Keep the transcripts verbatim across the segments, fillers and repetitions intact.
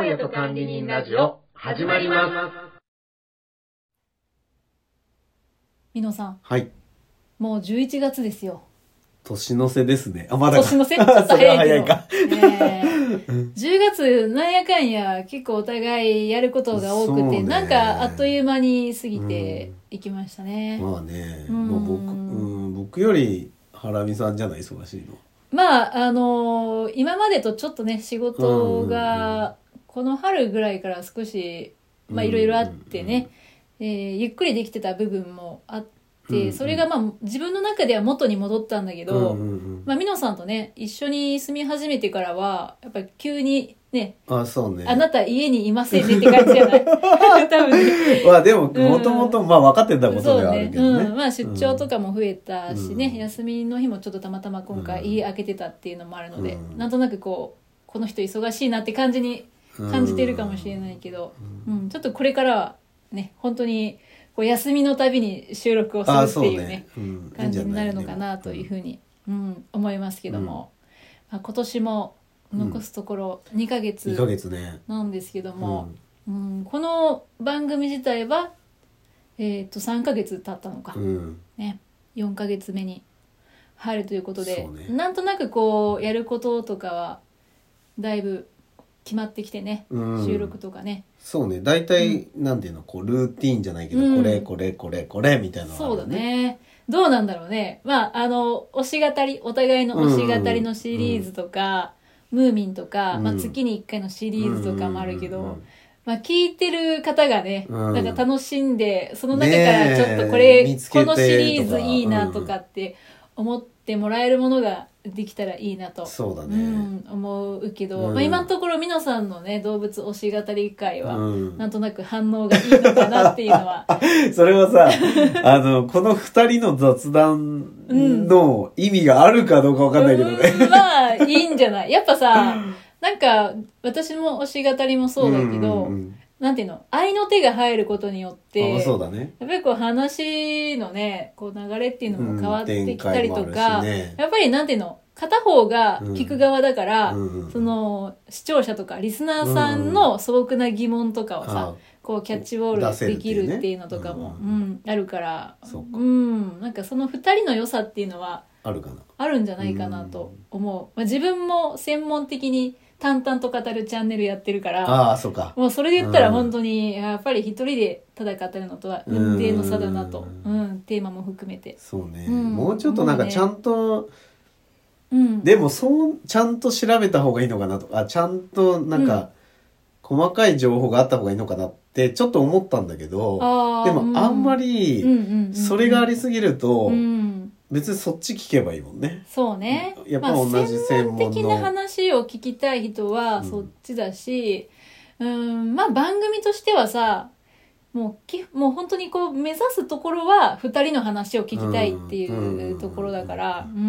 家と管理人ラジオ始まります。 みのさん、 はい。 もうじゅういちがつですよ。 年の瀬ですね。あ、まだか。 年の瀬ちょっと早いけど。 早いか。 ねじゅうがつなんやかんや結構お互いやることが多くて、なんかあっという間に過ぎていきましたね。 まあね、 うんまあ、僕、うん、僕よりハラミさんじゃない忙しいの。 まああのー、今までとちょっとね仕事がこの春ぐらいから少しまあいろいろあってね、えー、ゆっくりできてた部分もあって、うんうん、それがまあ自分の中では元に戻ったんだけど、うんうんうん、まあ、みのさんとね一緒に住み始めてからはやっぱり急にね、 あ、そうね、 あなた家にいませんねって感じじゃない多分ね。 まあでももともとまあ分かってたことではあるけどね。 そうね、うん、まあ出張とかも増えたしね、うん、休みの日もちょっとたまたま今回家開けてたっていうのもあるので、うん、なんとなくこうこの人忙しいなって感じに感じてるかもしれないけど、うんうん、ちょっとこれからはね本当にこう休みのたびに収録をするっていうね、ね、うん、感じになるのかなというふうに、うん、思いますけども、うんまあ、今年も残すところにかげつなんですけども、うんうん、この番組自体は、えー、とさんかげつ経ったのか、うんね、よんかげつめに入るということで、ね、なんとなくこうやることとかはだいぶ決まってきてね、うん、収録とかね、 そうね、大体、うん、なんていうのこうルーティーンじゃないけど、うん、これこれこれこれみたいなのがある、ね、 そうだね。どうなんだろうね。まああの推し語りお互いの推し語りのシリーズとか、うん、ムーミンとか、うんまあ、月にいっかいのシリーズとかもあるけど、うんまあ、聞いてる方がね、うん、なんか楽しんでその中からちょっとこれ、ね、このシリーズいいなとかって思ってもらえるものができたらいいなとそうだね、 うん、思うけど、うんまあ、今のところみのさんのね動物推し語り会は、うん、なんとなく反応がいいのかなっていうのはそれはさあのこの二人の雑談の意味があるかどうかわかんないけどね、 うん、まあいいんじゃないやっぱさなんか私も推し語りもそうだけど、うんうんうんなんていうの愛の手が入ることによってそうだね、 やっぱりこう話のねこう流れっていうのも変わってきたりとか、うんね、やっぱりなんていうの片方が聞く側だから、うん、その視聴者とかリスナーさんの素朴な疑問とかをさ、うん、こうキャッチボールできるっていうのとかも、うんうん、あるからう、ん、なんかそのふたりの良さっていうのはあるかなあるんじゃないかなと思う、まあ、自分も専門的に淡々と語るチャンネルやってるからああそうかもうそれで言ったら本当にやっぱり一人でただ語るのとは運命の差だなと、うん、テーマも含めてそうね、うん、もうちょっとなんかちゃんと、うん、でもそうちゃんと調べた方がいいのかなとかちゃんとなんか、うん、細かい情報があった方がいいのかなってちょっと思ったんだけどでもあんまりそれがありすぎると、うん別にそっち聞けばいいもんね。 そうね。 やっぱ同じ専門の、 まあ、専門的な話を聞きたい人はそっちだし、うん、うんまあ番組としてはさ、もうきもう本当にこう目指すところはふたりの話を聞きたいっていうところだから、うん、うん、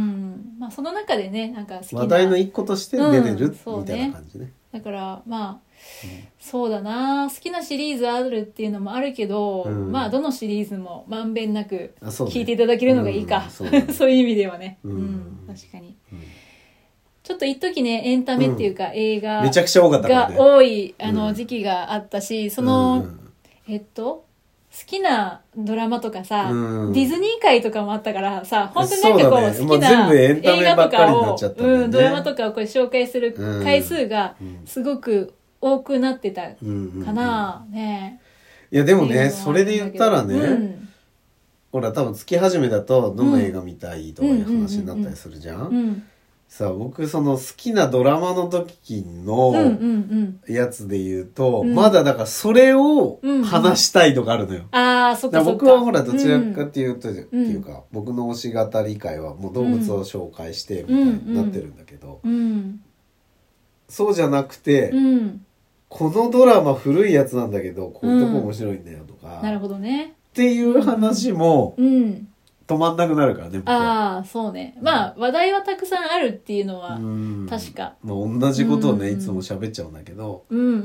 まあその中でねなんか好きな話題の一個として出れる、うん、みたいな感じね。 だからまあ、うん、そうだな好きなシリーズあるっていうのもあるけど、うん、まあどのシリーズもまんべんなく聞いていただけるのがいいか、ねうんそうね、そういう意味ではね、うんうん、確かに、うん、ちょっと一時ねエンタメっていうか、うん、映画めちゃくちゃ多かったからねが多いあの時期があったし、その、うん、えっと好きなドラマとかさ、うん、ディズニー界とかもあったからさ本当になんかこう、ね、好きな映画とかを、ねうん、ドラマとかをこう紹介する回数がすごく多くなってたかな、うんうんうん、ねいやでもねそれで言ったらね、うん、ほら多分月始めだとどの映画見たいとかいう話になったりするじゃん、うんうんうんうんさあ僕その好きなドラマの時のやつで言うと、うんうんうん、まだだからそれを話したいとかあるのよ、 うんうん、ああそっかそっか僕はほらどちらかっていうと、うん、っていうか僕の推し語り会はもう動物を紹介してみたいになってるんだけど、うんうん、そうじゃなくて、うん、このドラマ古いやつなんだけどこういうとこ面白いんだよとか、 うん、なるほどねっていう話も、うんうん止まんなくなるからね。 ああ、そうね。まあ、話題はたくさんあるっていうのは、確か。 まあ、同じことをね、いつも喋っちゃうんだけど、 うんうんうん、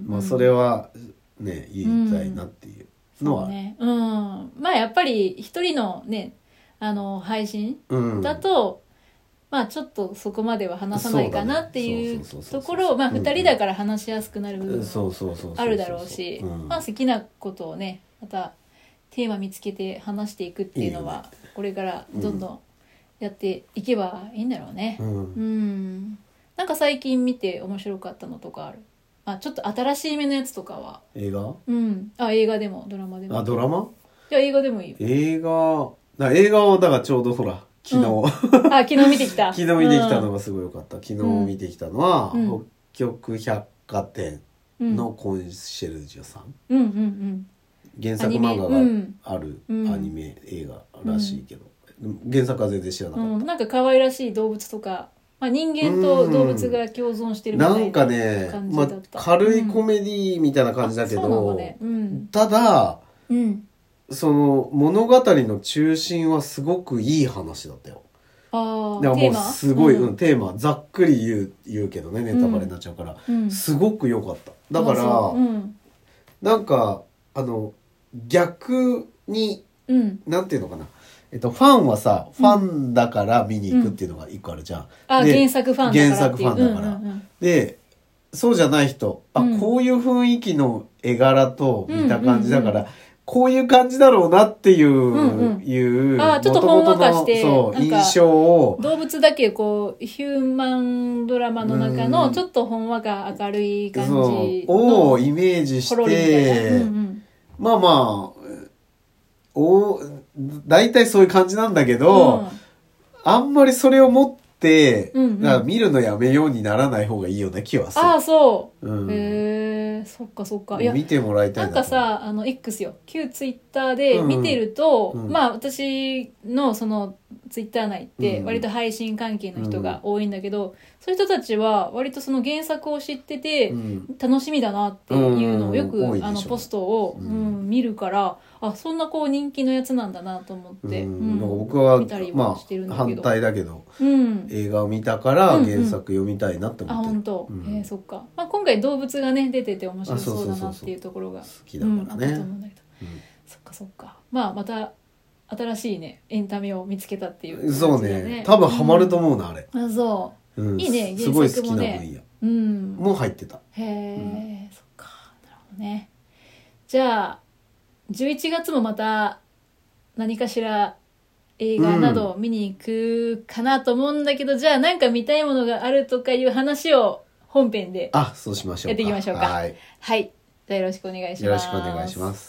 まあ、それは、ね、言いたいなっていうのは。 そうね。うん。まあ、やっぱり、一人のね、あの、配信だと、 まあちょっとそこまでは話さないかなっていうところをまあふたりだから話しやすくなる部分もあるだろうし、まあ好きなことをねまたテーマ見つけて話していくっていうのはこれからどんどんやっていけばいいんだろうね。うん、うん、なんか最近見て面白かったのとかある？あ、ちょっと新しい目のやつとかは。 映画？ うん。あ、映画でもドラマでも。 あ、ドラマ？ いや映画でもいいよ。 映画だ映画をだからちょうどほら昨日、うん、 あ昨日見てきた昨日見てきたのがすごい良かった、うん、昨日見てきたのは、うん、北極百貨店のコンシェルジュさん、うんうんうん、原作漫画があるアニメ、うん、映画らしいけど、うん、原作は全然知らなかった、うん、 なんか可愛らしい動物とか、まあ、人間と動物が共存してるみたいな感じだった、 なんかね、まあ、軽いコメディみたいな感じだけど、うんねうん、ただ、うんその物語の中心はすごくいい話だったよ。 ああ、もうすごい、うんうん、テーマざっくり言う言うけどねネタバレになっちゃうから、うん、すごく良かった。だから、うん、なんかあの逆に、うん、なんていうのかな、えっとファンはさ、ファンだから見に行くっていうのが一個あるじゃん。 あ、原作ファンだから原作ファンだから。うんうんうん、で、そうじゃない人、あ、うん、こういう雰囲気の絵柄と似た感じだから。うんうんうんこういう感じだろうなっていう、うんうん、いうあちょっとほんわかしてそう印象を動物だけこうヒューマンドラマの中のちょっとほんわか明るい感じのをイメージして、うんうん、まあまあお大体そういう感じなんだけど、うん、あんまりそれを持って、うんうん、見るのやめようにならない方がいいよね気はする。 ああそう、うん、へえそっかそっか。いや見てもらいたいなんかさあの X よ旧ツイッターで見てると、うんうん、まあ私のそのツイッター内って割と配信関係の人が多いんだけど、うん、そういう人たちは割とその原作を知ってて楽しみだなっていうのをよく、うん、あのポストを、うん、見るからあそんなこう人気のやつなんだなと思って、うんうん、なんか僕は見たりもしてるんだけど、まあ、反対だけど、うん、映画を見たから原作読みたいなって思って、うんうん、あ本当、うん、えー、そっか、まあ、今回動物がね出てて面白そうだなっていうところが好きだからね、うん、あったと思うんだけど、うん、そっかそっかまあまた新しいねエンタメを見つけたっていう感じだね。 そうね多分ハマると思うな、うん、あれあそう、うん、いいね原作もねすごい好きな分野、うん、もう入ってた。 へえ、うん、そっかなるほどね。じゃあじゅういちがつもまた何かしら映画など見に行くかなと思うんだけど、うん、じゃあなんか見たいものがあるとかいう話を本編であそうしましょうやっていきましょうか。 はい、 はい、じゃあよろしくお願いします。 よろしくお願いします。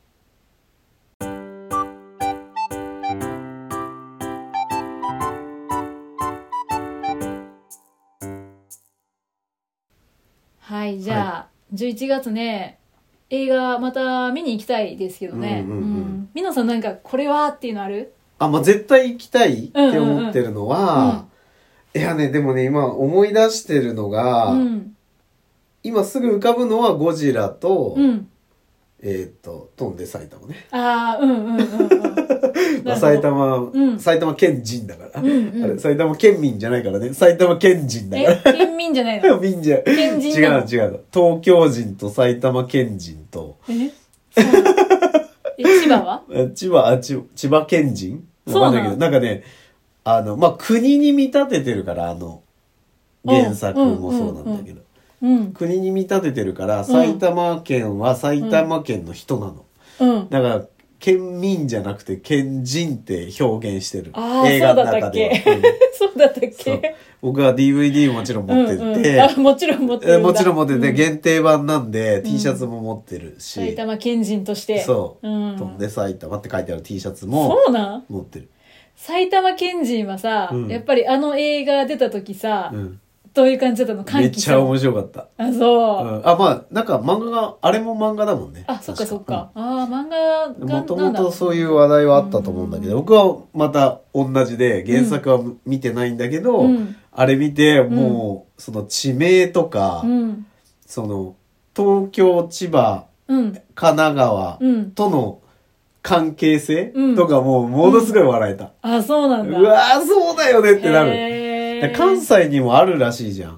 はいじゃあ、はい、じゅういちがつね映画また見に行きたいですけどね。うんうんうんうん、皆さんなんかこれはっていうのある？ あ、まあ、絶対行きたいって思ってるのは、うんうんうん、いやねでもね今思い出してるのが、うん、今すぐ浮かぶのはゴジラと、うん、えっ、ー、と飛んで埼玉ね。 ああうんうんうんうんまあ、埼玉、うん、埼玉県人だから、うんうん、あれ埼玉県民じゃないからね埼玉県人だから。 え県民じゃないの？ 民じゃ県人違う違う東京人と埼玉県人とえそうえ千葉は千葉あ千千葉県人わかんないけどなんかねあのまあ国に見立ててるからあの原作もそうなんだけど、うんうんうん、国に見立ててるから埼玉県は埼玉県の人なの、うん、だから県民じゃなくて県人って表現してる映画の中では。 そうだったっけ？ 僕は ディーブイディー もちろん持ってて、うんうん、 あもちろん持ってるんだ。 もちろん持ってて、うん、限定版なんで、うん、T シャツも持ってるし、 埼玉県人としてそう、うん、飛んで埼玉って書いてある T シャツもそうなん持ってる。 埼玉県人はさ、うん、やっぱりあの映画出た時さ、うん、どういう感じだったの？ めっちゃ面白かった。 あ、そう、 うん。あ、まあ、なんか漫画が、あれも漫画だもんね。 あ、そっかそっか。うん、ああ、漫画が。 もともとそういう話題はあったと思うんだけど、僕はまた同じで、原作は見てないんだけど、うん、あれ見て、もう、その地名とか、うん、その、東京、千葉、うん、神奈川との関係性、うん、とかもう、ものすごい笑えた。 あ、そうなんだ。 うわー、そうだよねってなる。関西にもあるらしいじゃん。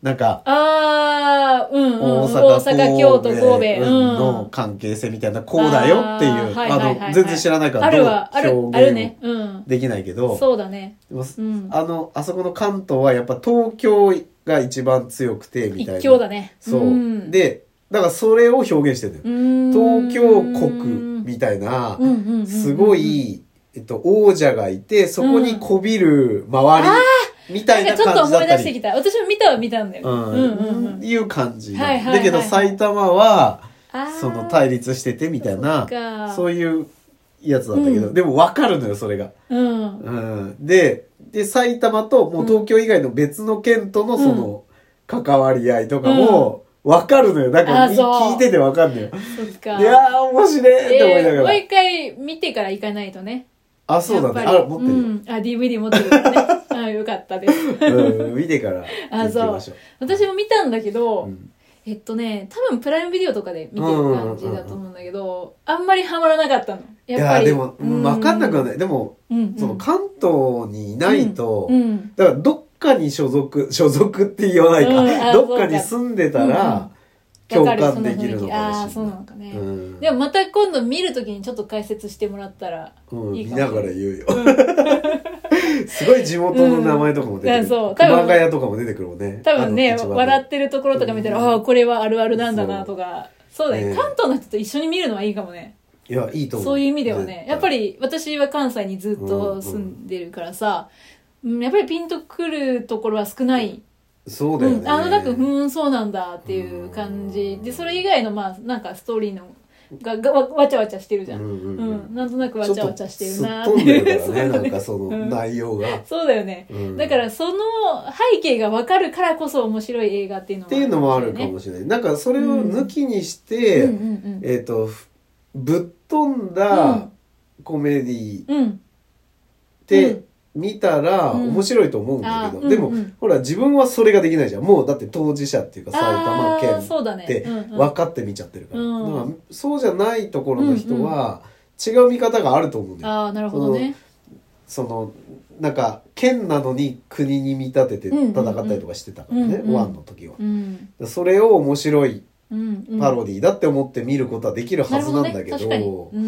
なんか、 ああ、うんうん、 大阪、 大阪京都、神戸、 の関係性みたいな、こうだよっていう、あ,、はいはいはいはい、あの、全然知らないから、 あるわ、ある、あるね。 うん。できないけど、 そうだね。 でも、うん、あの、あそこの関東はやっぱ東京が一番強くて、みたいな。 一強だね。 そう。うん、で、だからそれを表現してるのよ。東京国みたいな、すごい、えっと、王者がいて、そこにこびる周り、みたいな感じだったり。ちょっと思い出してきた。 私も見たは見たんだよ。 うん。うんうん、いう感じ。はいはいはいはい、だけど埼玉は、その対立しててみたいな、そういうやつだったけど、うん、でも分かるのよ、それが。うん。うん。で、で、埼玉ともう東京以外の別の県とのその関わり合いとかも分かるのよ。なんか聞いてて分かるのよ。そっか。いやー、面白いって思いながら。 えー、もう一回見てから行かないとね。 あ、そうだね。あ、持ってる、うん。 あ、ディーブイディー 持ってるからね。あ、よかったです。 うん、見てから行きましょう。 私も見たんだけど、うん、えっとね、多分プライムビデオとかで見てる感じだと思うんだけど、あんまりハマらなかったの。やっぱり。 いや、でも、うん、分かんなくはない。でも、うんうん、その関東にいないと、うんうん、だからどっかに所属、所属って言わないか、うん、どっかに住んでたら、共感できるのかもしれない。 ああ、そうなのかね、うん。でもまた今度見るときにちょっと解説してもらったらいいかも、うん、見ながら言うよ。うん、すごい地元の名前とかも出てくる。うん、そう。熊谷とかも出てくるもんね。 多分ね、笑ってるところとか見たら、うん、ああ、これはあるあるなんだなとか。そうだね、ね。関東の人と一緒に見るのはいいかもね。 いや、いいと思う。 そういう意味ではね。やっぱり私は関西にずっと住んでるからさ、うんうん、やっぱりピンとくるところは少ない。 そうだよね、うん、 あのなんかふーんそうなんだっていう感じで、それ以外のまあなんかストーリーのががわわちゃわちゃしてるじゃん、うんうんうんうん、なんとなくわちゃわちゃしてるなっていうすっ飛んでるからねなんかその内容が、 うん、そうだよね、うん、だからその背景がわかるからこそ面白い映画っていうのも、 ね、っていうのもあるかもしれない。なんかそれを抜きにして、うん、えっ、ー、とぶっ飛んだコメディって見たら面白いと思うんだけど、うん、でも、うんうん、ほら自分はそれができないじゃん。もうだって当事者っていうか埼玉県って分かって見ちゃってるから、うんうん、だからそうじゃないところの人は違う見方があると思うんだよ。 ああ、なるほどね。 その、そのなんか県なのに国に見立てて戦ったりとかしてたからね、うんうん、ワンの時は、うん、それを面白いパロディだって思って見ることはできるはずなんだけど、ね、うん、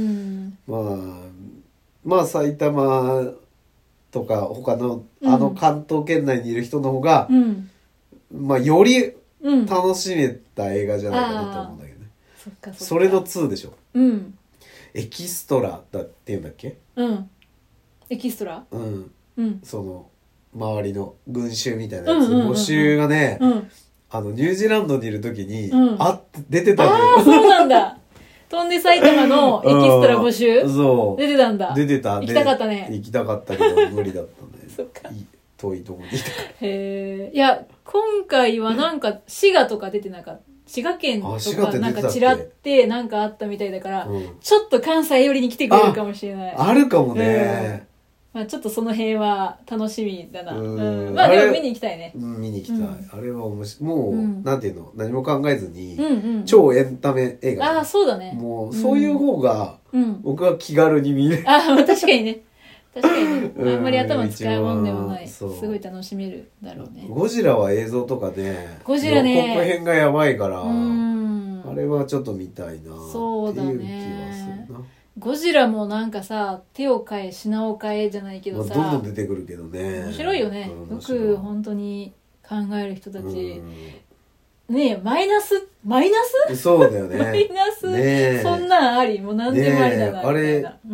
まあまあ埼玉とか他のあの関東圏内にいる人の方が、うん、まあより楽しめた映画じゃないかなと思うんだけどね、うん、そっかそっか。それのツーでしょ、うん、エキストラだっていうんだっけ、 うん、エキストラ、 うんうん、その周りの群衆みたいなやつ、うんうんうんうん、募集がね、うん、あのニュージーランドにいる時に、うん、あって出てたのよ。 ああ、そうなんだ。飛んで埼玉のエキストラ募集、そう出てたんだ。 出てた。 行きたかったね。 行きたかったけど無理だったね。そっか。遠いとこにいた。 へえ。いや、今回はなんか滋賀とか出てなかった。滋賀県とかなんかちらってなんかあったみたいだから、うん、ちょっと関西寄りに来てくれるかもしれない。 あ, あるかもね、 うん、まあ、ちょっとその辺は楽しみだな。うんうん、まあでも見に行きたいね。 うん、見に行きたい。うん、あれは面白い。もう、うん、なんていうの、何も考えずに、うんうん、超エンタメ映画。 ああ、そうだね。 もう、そういう方が、僕は気軽に見れる。 ああ、確かにね。確かにね。あんまり頭使うもんでもない。すごい楽しめるだろうね。 ゴジラは映像とかね、 ゴジラね、 予告編がやばいから、あれはちょっと見たいなっていう気はするな。 ゴジラもなんかさ、手を変え品を変えじゃないけどさ、 まあ、どんどん出てくるけどね。 面白いよね。よく本当に考える人たち。ねえ、マイナスマイナスそうだよね。 マイナス、ね、そんなんあり、もう何でもありだなみたいな、ね、あれ、うん、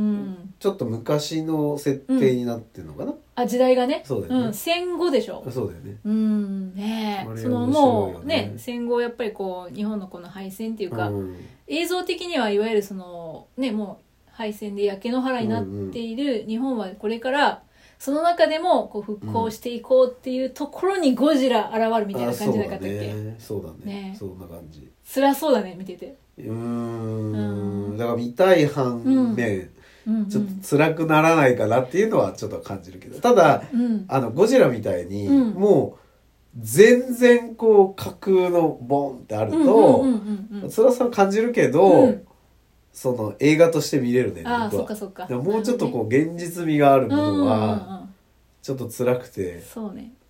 ちょっと昔の設定になってるのかな、うん、 あ、時代がね。 そうだよね、 うん、戦後でしょ。 そうだよね。 うん、ねえ、そのもうね、戦後やっぱりこう日本のこの敗戦っていうか、うん、映像的にはいわゆるそのね、もう敗戦で焼け野原になっている日本はこれからその中でもこう復興していこうっていうところにゴジラ現るみたいな感じじゃなかったっけ。 そうだね、ね、そんな感じ。 辛そうだね、見てて。 うーん、うん、だから見たい反面、うんうん、ちょっと辛くならないかなっていうのはちょっと感じるけど、ただ、うん、あのゴジラみたいに、うん、もう全然こう架空のボンってあると辛さを感じるけど、うん、その映画として見れるね。 ああ、そっかそっか。 もうちょっとこう現実味があるものはちょっと辛くて、 そうね、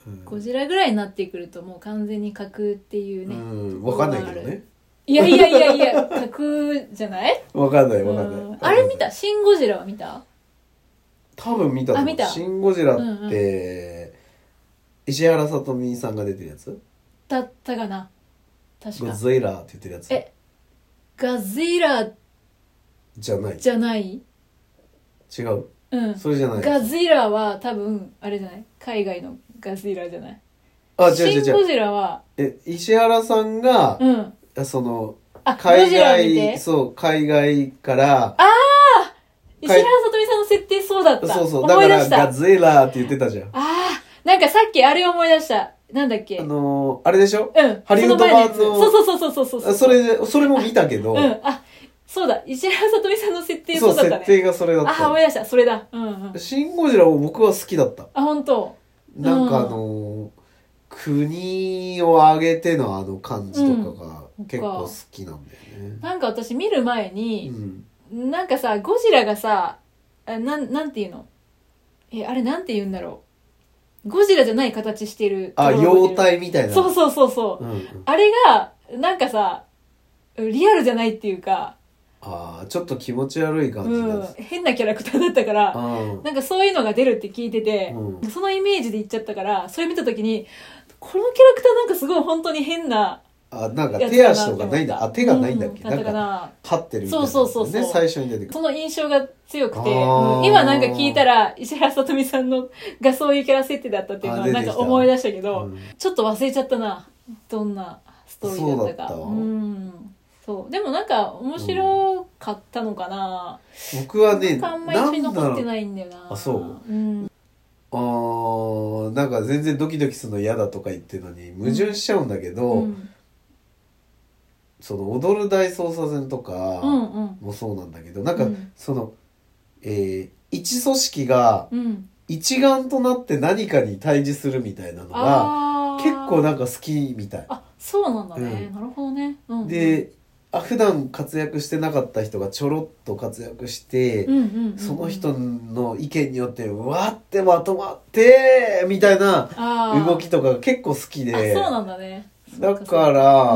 うん、 ゴジラぐらいになってくるともう完全に架空っていうね、 うん分かんないけどね。 いやいやいやいや架空じゃない？ 分かんない分かんない、 うん、あれ見た？シン・ゴジラは見た？ 多分見たと思う。シン・ゴジラって、うんうん、石原さとみさんが出てるやつだったかな。確かゴジラって言ってるやつ。 えガジラじゃないじゃない？ 違う、 うん、 それじゃない。 ガジラは多分あれじゃない？海外のガジラじゃない？ あ、違う違う違う。 シン・ゴジラはえ石原さんが、 うん、 そのあ海外そう海外からああ石原さとみさんの設定そうだった。 そうそうだからガジラって言ってたじゃん。 ああなんかさっきあれ思い出した。なんだっけ、 あのー、あれでしょ、 うん、 ハリウッド版のそうそうそうそうそうそうそれそれも見たけど、 うん、あそうだ石原さとみさんの設定そうだったね。 そう設定がそれだった。 あ思い出したそれだ、うんうん、 シン・ゴジラも僕は好きだった。 あ本当。 なんかあのーうん、国を挙げてのあの感じとかが結構好きなんだよね、うん、 なんか私見る前に、うん、なんかさゴジラがさあなん、なんていうのえあれなんて言うんだろうゴジラじゃない形してる。 あ、妖体みたいな。 そうそうそうそう、うんうん、あれがなんかさリアルじゃないっていうか、 ああちょっと気持ち悪い感じです、 うん、変なキャラクターだったから、うん、なんかそういうのが出るって聞いてて、うん、そのイメージで言っちゃったから、それ見た時にこのキャラクターなんかすごい本当に変な、 あなんか手足とかないんだ。あ手がないんだっけ、うん、なんか張ってるみたいな、ね、 そうそうそうそう最初に出てくる。 その印象が強くて、うん、今なんか聞いたら石原さとみさんのがそういうキャラ設定だったっていうのはなんか思い出したけど、うん、ちょっと忘れちゃったなどんなストーリーだったか。そうだった。うんそうでもなんか面白かったのかな、 うん、僕はねなんかあんまり印象に残ってないんだよな。 あそう、 うん、 あなんか全然ドキドキするの嫌だとか言ってるのに矛盾しちゃうんだけど、うん、その踊る大捜査線とかもそうなんだけど、うんうん、なんかその、えー、一組織が一丸となって何かに対峙するみたいなのが結構なんか好きみたい。 あそうなんだね、うん、なるほどね、うんうん、 であ普段活躍してなかった人がちょろっと活躍して、うんうんうんうん、その人の意見によってわってまとまってみたいな動きとか結構好きで。 あそうなんだね。 だから、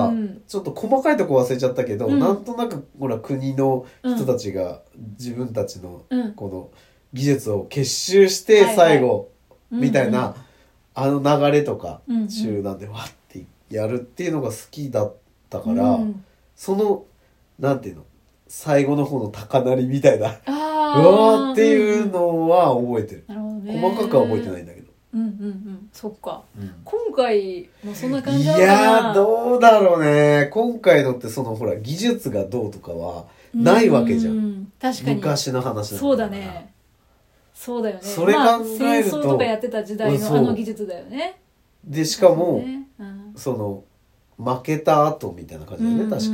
うん、ちょっと細かいとこ忘れちゃったけど、うん、なんとなくほら国の人たちが自分たちのこの技術を結集して最後みたいなあの流れとか集団でわってやるっていうのが好きだったから、うん、そのなんていうの最後の方の高鳴りみたいなうわーっていうのは覚えてる、 なるほどね、 細かくは覚えてないんだけど。 うんうんうんそっか、うん、今回もそんな感じだったな。いやーどうだろうね。今回のってそのほら技術がどうとかはないわけじゃん、うん、 確かに昔の話なんだから。そうだねそうだよね。 それ考えると、まあ、 戦争とかやってた時代のあの技術だよね。 でしかも、ねうん、その負けた後みたいな感じだよね、うん、確か、うん、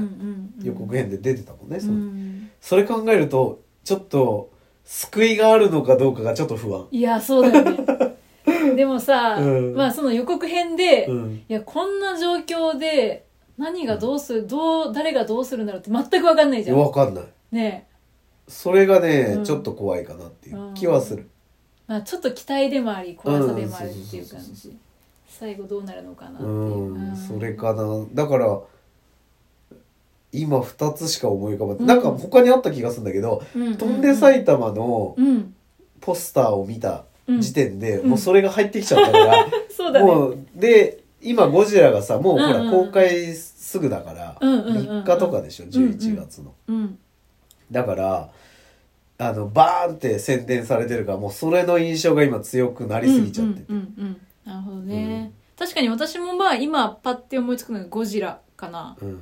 予告編で出てたもんね、うん、そのそれ考えるとちょっと救いがあるのかどうかがちょっと不安。 いやそうだよねでもさ、うん、まあその予告編で、うん、いやこんな状況で何がどうする、うん、どう誰がどうするんだろうって全く分かんないじゃん。 分かんないねえそれがね、うん、ちょっと怖いかなっていう気はする、うんまあ、ちょっと期待でもあり怖さでもあるっていう感じ。最後どうなるのかなっていう、 うん、それかな。だから今ふたつしか思い浮かばない、うん、なんか他にあった気がするんだけど、うん、飛んで埼玉のポスターを見た時点で、うん、もうそれが入ってきちゃったから、 そうだね、 もうで今ゴジラがさもうほら、うんうん、公開すぐだから、うんうんうんうん、みっかとかでしょじゅういちがつの、うんうん、だからあのバーンって宣伝されてるからもうそれの印象が今強くなりすぎちゃってて、うんうんうんうん、 なるほどね、うん、確かに私もまあ今パッて思いつくのがゴジラかな、うんうん、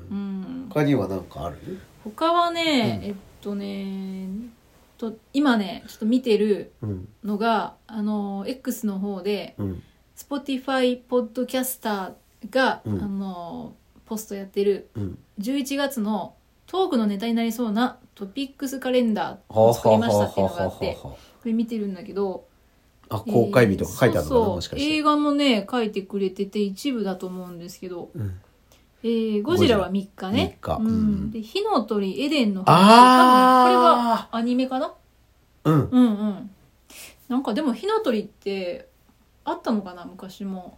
他には何かある？ 他はね、うん、えっとねと今ねちょっと見てるのが、うん、あの X の方で、うん、Spotify ポッドキャスターが、うん、あのポストやってる、うん、じゅういちがつのトークのネタになりそうなトピックスカレンダーを作りましたっていうのがあってこれ見てるんだけど、 あ公開日とか書いてあるのかな、えー、そうそうもしかして映画もね書いてくれてて一部だと思うんですけど、うんえー、ゴジラはみっかねみっか、うん、で火の鳥エデンの花って多分これはアニメかな、うん、うんうんなんかでも火の鳥ってあったのかな昔も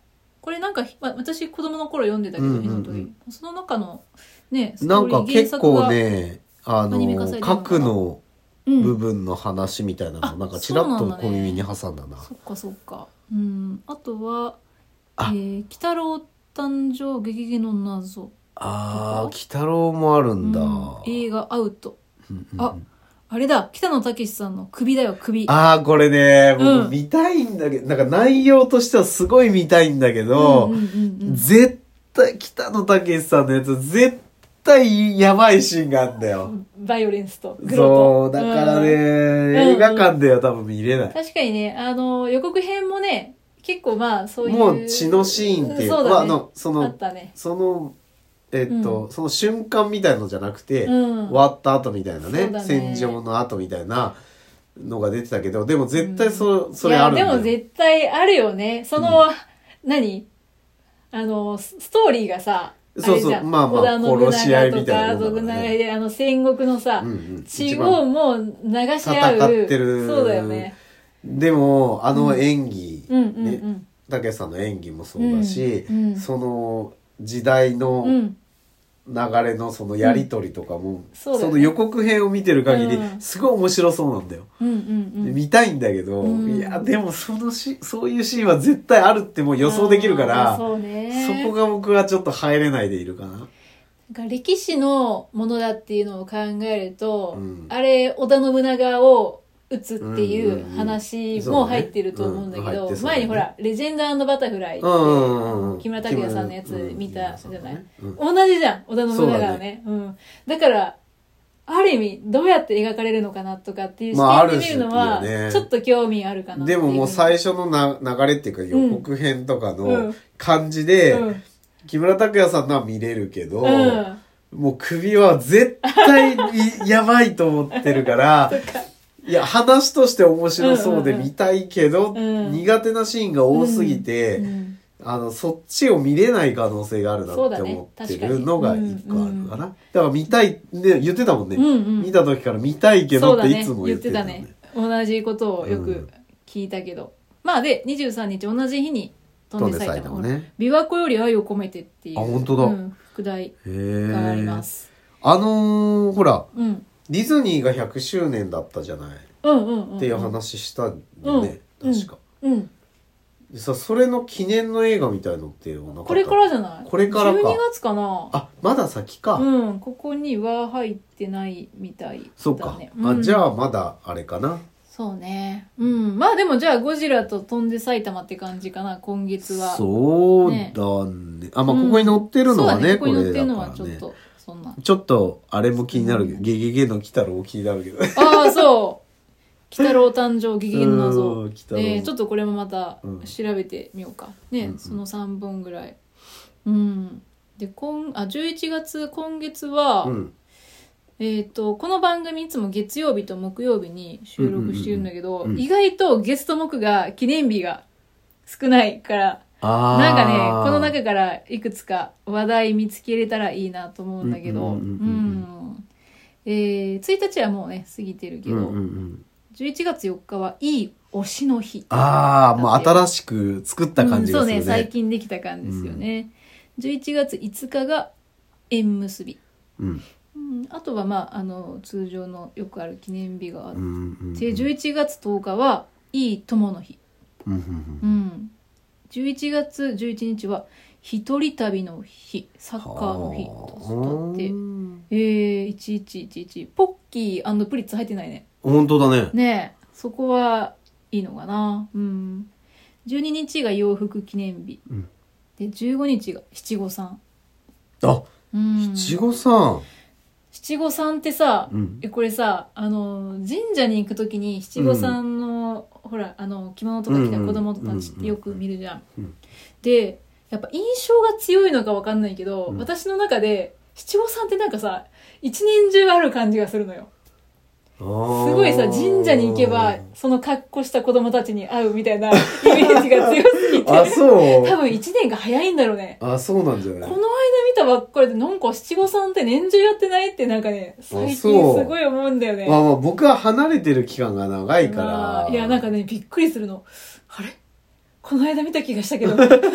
これなんか、まあ、私子供の頃読んでたけど、 うんうんうん火の鳥。その中のね、ストなんーリーか結構原作ね、あアニメ化されの、 てるのかな核のうん、 部分の話みたいなの、 あなんかちらっとそうなんだね小耳に挟んだな。 そっかそっか。うん。あとは、えあー、鬼太郎誕生ゲゲゲの謎。 あー、鬼太郎もあるんだ。 うん映画アウト。 うんうんうんあ、あれだ、北野武さんの首だよ、首。 あー、これね、 うん僕見たいんだけど、なんか内容としてはすごい見たいんだけど、 うんうんうんうん絶対、北野武さんのやつ、絶対やばいシーンがあるんだよ。 バイオレンスとグそう、 ロと。 だからね、 うん映画館では多分見れない。 確かにね、あの、予告編もね、結構まあ、そういう。 もう血のシーンっていうか、 そうだね。 あの、そあのっ、たね。 その、えっと、 うその瞬間みたいのじゃなくて、 うん終わった後みたいなねそうだね戦場の後みたいなのが出てたけど、でも絶対そ,、それあるんだよ。 いや、でも絶対あるよね。その、何あの、スストーリーがさ、 そうそうあれじゃんまあまあ織田信長殺し合いみたいなとか、 もんだからね信長で、あの、戦国のさ、 うんうん血一番をもう流し合う。 戦ってるそうだよね。 でも、あの演技、 うんうんね、 うん。 たけしさんの演技もそうだし、 うんうんその時代のうん。 流れのそのやりとりとかも、 そうだよねその予告編を見てる限り、 うんすごい面白そうなんだよ。 うんうんうん。 見たいんだけど、 うんいやでもそのしそういうシーンは絶対あるってもう予想できるからあーそうね。 そこが僕はちょっと入れないでいるかな。 なんか歴史のものだっていうのを考えると、 うんあれ織田信長を撃つっていんうんううん話も入ってると思うんだけど、 そうだねうん入ってそうだね前にほら「レジェンド&バタフライ」って、 うんうんうん木村拓哉さんのやつ見たじゃない、 木村さんのねうん同じじゃん織田信長がそうだねうん、だからある意味どうやって描かれるのかなとかっていう視まあ点で見るのはある種よねちょっと興味あるかなっていうでももう最初のな流れっていうか予告編とかうのん感じで、 うん木村拓哉さんのは見れるけど、 うんもう首は絶対やばいと思ってるからとかいや話として面白そうでうんうんうん見たいけど、 うん苦手なシーンが多すぎて、 うんあの、そっちを見れない可能性があるなってそうだね思ってるのが一個あるかな。 確かにうんだから見たい、ね、言ってたもんね。 うんうん見た時から見たいけそうだねどっていつも言ってたもんね。 言ってたね同じことをよく聞いたけど、まあでにじゅうさんにち同じ日に飛んで埼玉飛んで埼玉ね琵琶湖より愛を込めてっていうあ本当だうん、副題へがありまえ。 す、 あのー、ほら、 うん、 ディズニーがひゃくしゅうねんだったじゃない、 うんうんうんっていう話したよね、 うん確か。 うんでさ、それの記念の映画みたいのってなかったこれからじゃないこれからかじゅうにがつかなあ、まだ先か。 うんここには入ってないみたいだねそうか。 うんあ、じゃあまだあれかな。 そうねうんまあでもじゃあゴジラと飛んで埼玉って感じかな今月はそうだね。あ、まあ、ここに載ってるのはね、 そうだねここに載ってるのこれだからねはちょっとそんなちょっと、あれも気になるけど、ゲゲゲの来たら気になるけど。 ああそう鬼太郎誕生激減のう謎ん鬼太郎ねちょっとこれもまたうん調べてみようか、ね、 うんそのさんぼんぐらいうんで今あじゅういちがつ今月は、 うん。 えっ、とこの番組いつも月曜日と木曜日に収録してるんだけど、 うんうんうんうん意外と月と木が記念日が少ないからあーなんかねこの中からいくつか話題見つけれたらいいなと思うんだけどうんうんうんうんうんえーついたちはもうね過ぎてるけど、 うんうんうん。 じゅういちがつよっかはいい推しの日ああ、もう新しく作った感じがするね。 うん、そうね最近できた感じですよね、じゅういちがついつかが縁結び、 うん。 うん、あとはまああの通常のよくある記念日があっうんうんうん。 て、じゅういちがつとおかはいい友の日、 うんうんうん、じゅういちがつじゅういちにちは一人旅の日サッカーの日だってえー、いちいちいちいちポッキー&プリッツ入ってないね本当だね。 ねえそこはいいのかなうんじゅうににちが洋服記念日、 うんでじゅうごにちが七五三あ、 うん七五三。 七五三ってさ、 うんえこれさあの神社に行くときに七五三の、ほらあの着物とか着た子供たちってよく見るじゃん、 うんでやっぱ印象が強いのか分かんないけど、 うん私の中で七五三ってなんかさ一年中ある感じがするのよすすごいさ神社に行けばその格好した子供たちに会うみたいなイメージが強すぎてあ、そう多分一年が早いんだろうねあ、そうなんじゃないこの間見たばっかりでなんか七五三って年中やってないってなんかね最近すそうごい思うんだよねまあまあ僕は離れてる期間が長いから。 まあいやなんかねびっくりするのあれこの間見た気がしたけど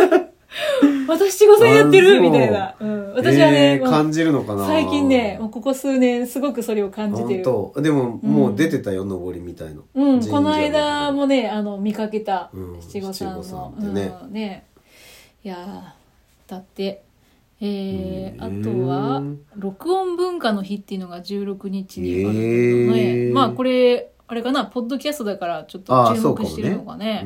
私七五三やってるみたいな、うん、私はね、 えー、感じるのかな。 最近ねもうここ数年すごくそれを感じてる。 本当でも、うん、もう出てたよ上りみたいの、 うん、この間もねあの見かけた、 うん、 七五三の七五三ってね、 うん、ねいやだってえー、あとは録音文化の日っていうのがじゅうろくにちにあるんだけどね、えー、まあこれあれかなポッドキャストだからちょっと注目してるのかね、うん、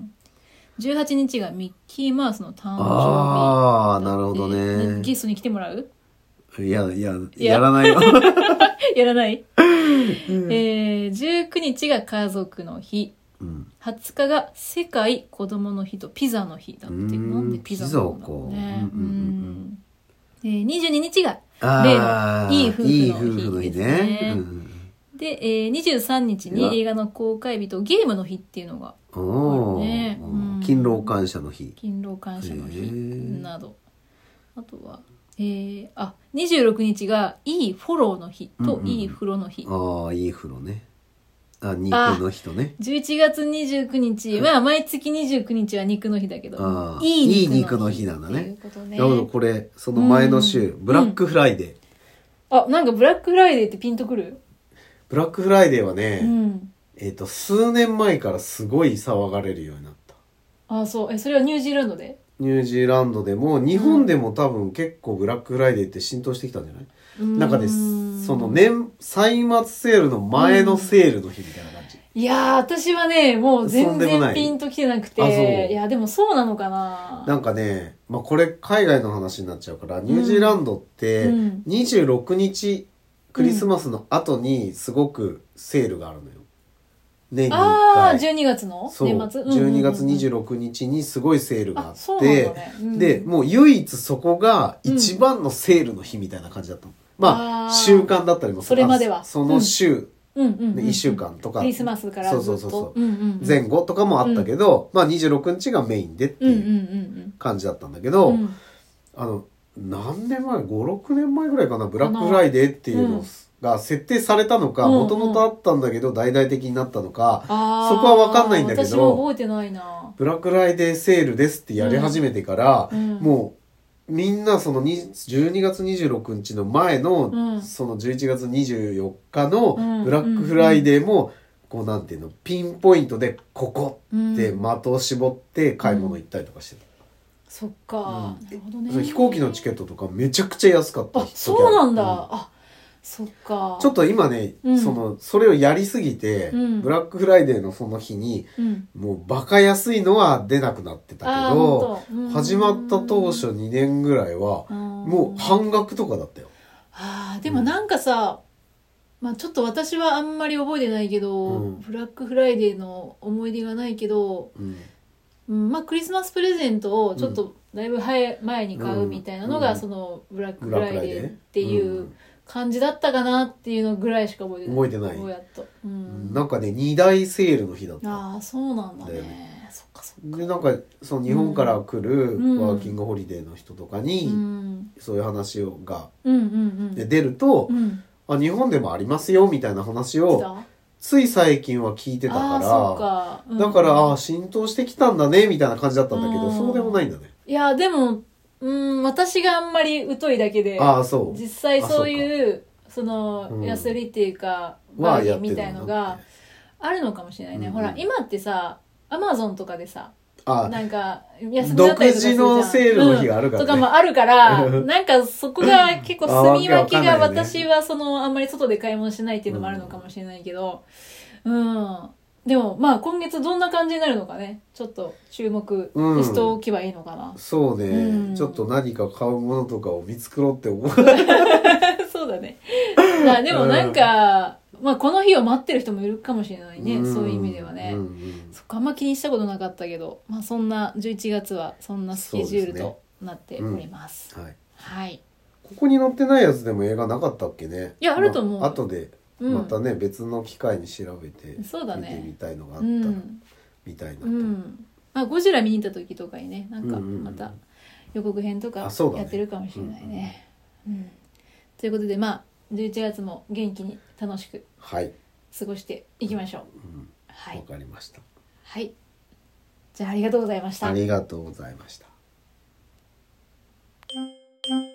じゅうはちにちがミッキーマウスの誕生日。 ああなるほどね。 ゲストに来てもらう？ いやいややらないよやらない、えー、じゅうくにちが家族の日、うん、はつかが世界子供の日とピザの日だって。なんでピザなんだろうね。うんうんうんうん、にじゅうににちが例のいい夫婦の日ですね。で、えー、にじゅうさんにちに映画の公開日とゲームの日っていうのがあるね。うん、 勤労感謝の日、 勤労感謝の日など、あとは、えー、あにじゅうろくにちがいいフォローの日といい風呂の日、 うんうん、ああいい風呂ね。あ肉の日とね。 じゅういちがつにじゅうくにち、まあ毎月にじゅうくにちは肉の日だけど、 あいい肉の日なんだね。なるほど、これその前の週、うん、ブラックフライデー、うん、 あなんかブラックフライデーってピンとくる？ ブラックフライデーはね、うん、えっと数年前からすごい騒がれるようになった。 あそうえそれはニュージーランドで？ ニュージーランドでも日本でも多分結構ブラックフライデーって浸透してきたんじゃない？うん、なんかねその年歳末セールの前のセールの日みたいな感じ、 うん、いやー私はねもう全然ピンときてなくて、いやでもそうなのかな。 なんかね、まあ、これ海外の話になっちゃうからニュージーランドってにじゅうろくにちクリスマスの後にすごくセールがあるのよ。年にいっかい。 ああ、じゅうにがつの年末、 じゅうにがつにじゅうろくにちにすごいセールがあって、ねうん、で、もう唯一そこが一番のセールの日みたいな感じだったの。うん、まあ、習慣だったりもする。 それまでは。 その週、 うん、 いっしゅうかんとか。 クリスマスからずっと。 そうそうそう。うんうんうん、前後とかもあったけど、うん、まあにじゅうろくにちがメインでっていう感じだったんだけど、うん、あの、何年前 ?ご、ろくねんまえぐらいかな、ブラックフライデーっていうのを、が設定されたのか、もともとあったんだけど大々的になったのか、そこは分かんないんだけど、 私も覚えてないな。 ブラックフライデーセールですってやり始めてから、うん、もうみんなそのじゅうにがつにじゅうろくにちの前の、うん、そのじゅういちがつにじゅうよっかのブラックフライデーも、こうなんていうのピンポイントでここって的を絞って買い物行ったりとかしてた。うんそっか、うん、なるほどね。 飛行機のチケットとかめちゃくちゃ安かった。 あ、そうなんだ。うん、あ、そっか。 ちょっと今ね、うん、そのそれをやりすぎて、うん、ブラックフライデーのその日に、うん、もうバカ安いのは出なくなってたけど、始まった当初にねんぐらいはもう半額とかだったよ。 ああ、でもなんかさ、まあちょっと私はあんまり覚えてないけど、ブラックフライデーの思い出がないけど。うん、まあクリスマスプレゼントをちょっとだいぶ早前に買うみたいなのが、うん、そのブラックフライデーっていう感じだったかなっていうのぐらいしか覚えてない。 覚えてない。 ぼやっと、うん、 なんかねに大セールの日だった。 ああそうなんだね。ねそっかそっか。 でなんかその日本から来るワーキングホリデーの人とかに、うん、そういう話をが、うんうんうん、で出ると、うん、あ日本でもありますよみたいな話をつい最近は聞いてたからか、うん、だからあ浸透してきたんだねみたいな感じだったんだけど、そうでもないんだね。 いやでもうん私があんまり疎いだけで、 あそう実際そういうその、うん、ヤスリっていうかバーゲンみたいのがあるのかもしれないね、うん、ほら今ってさアマゾンとかでさあなんか休みだったりとかするじゃん。独自のセールの日があるからね、うん、とかもあるからなんかそこが結構住み分けが私はそのあんまり外で買い物しないっていうのもあるのかもしれないけど、うん、うん、でもまあ今月どんな感じになるのかねちょっと注目しておけばいいのかな、 うん、そうね、うん、ちょっと何か買うものとかを見繕って思うそうだね。だでもなんか、うん、まあこの日を待ってる人もいるかもしれないね、うん、そういう意味ではね、うんうん、そっかあんま気にしたことなかったけど、まあ、そんなじゅういちがつはそんなスケジュールとなっております。 はい、 はい、 ここに載ってないやつでも映画なかったっけね。 いやあると思う、 まあ、後でまたね、うん、別の機会に調べて見てみたいのがあったら、ね、みたいなと、 うんまあ、ゴジラ見に行った時とかにねなんかまた予告編とかやってるかもしれないね、うんうん、ということでまあじゅういちがつも元気に楽しく過ごしていきましょう。 うんうん、はい、わかりました。 はい、じゃあありがとうございました。 ありがとうございました。 す。